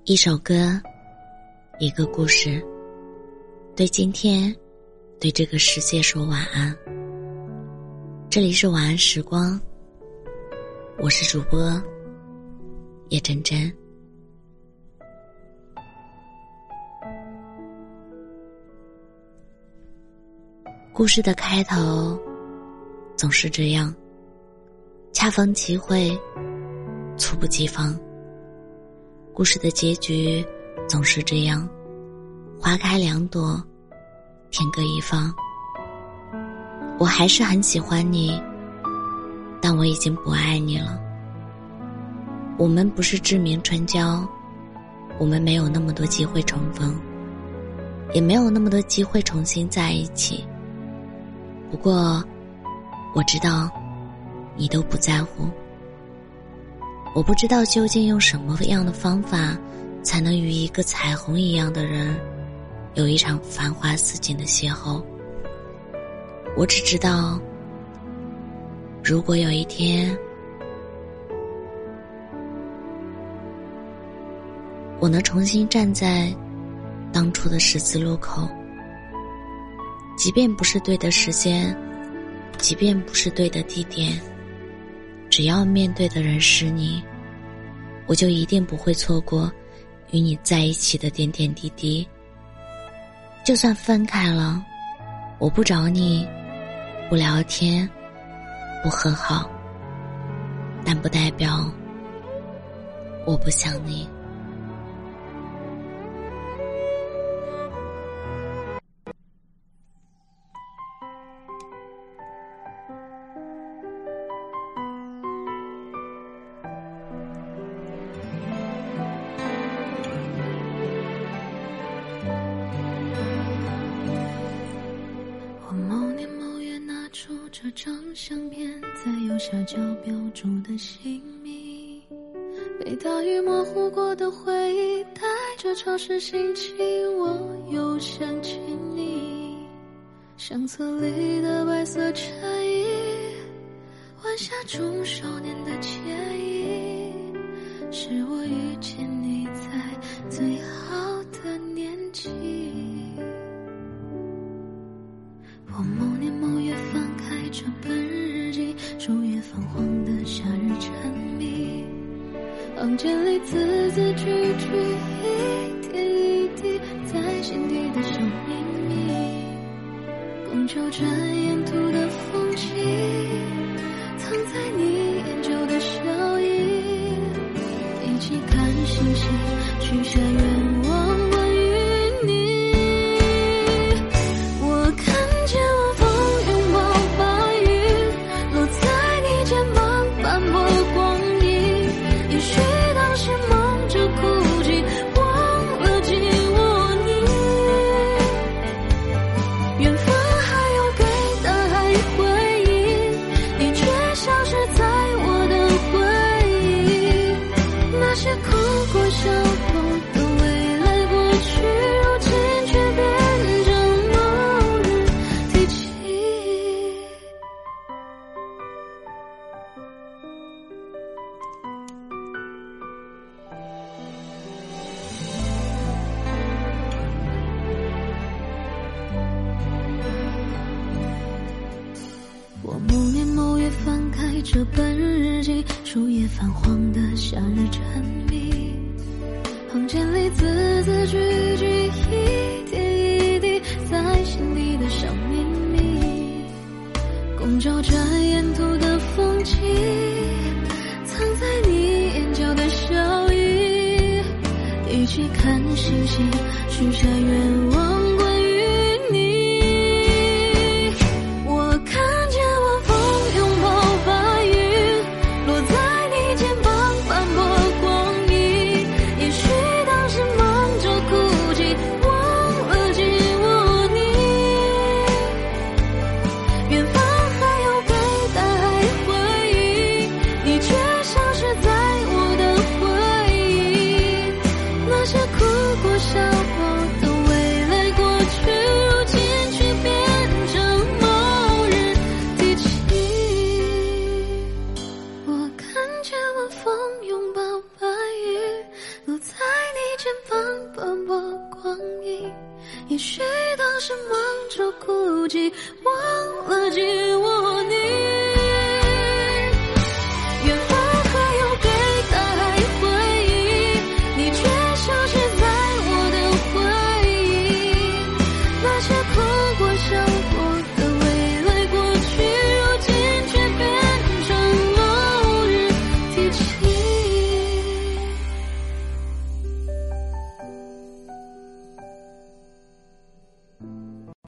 一首歌，一个故事，对今天，对这个世界说晚安。这里是晚安时光，我是主播叶真真。故事的开头总是这样，恰逢其会，猝不及防。故事的结局总是这样，花开两朵，天各一方。我还是很喜欢你，但我已经不爱你了。我们不是志明春娇，我们没有那么多机会重逢，也没有那么多机会重新在一起。不过我知道你都不在乎。我不知道究竟用什么样的方法才能与一个彩虹一样的人有一场繁花似锦的邂逅。我只知道，如果有一天我能重新站在当初的十字路口，即便不是对的时间，即便不是对的地点，只要面对的人是你，我就一定不会错过与你在一起的点点滴滴。就算分开了，我不找你，不聊天，不和好，但不代表我不想你。 这张相片在右下角标注的姓名，被大雨模糊过的回忆带着潮湿心情，我又想起你。相册里的白色衬衣，晚霞中少年的惬意，是我遇见你在最好的年纪。我某年某月翻开这本日记，树叶泛黄的夏日沉迷，行间里字字句句，一点一滴在心底的小秘密，光照着沿途的风景，藏在你眼角的笑意，一起看星星，许下愿望关于你。我某年某月翻开这本日记，树叶泛黄的夏日沉迷，行间里字字句句，一点一滴在心底的小秘密，光照着沿途的风景，藏在你眼角的笑意，一起看星星，许下愿望关于你。笑过的未来过也许当时忙着顾及，忘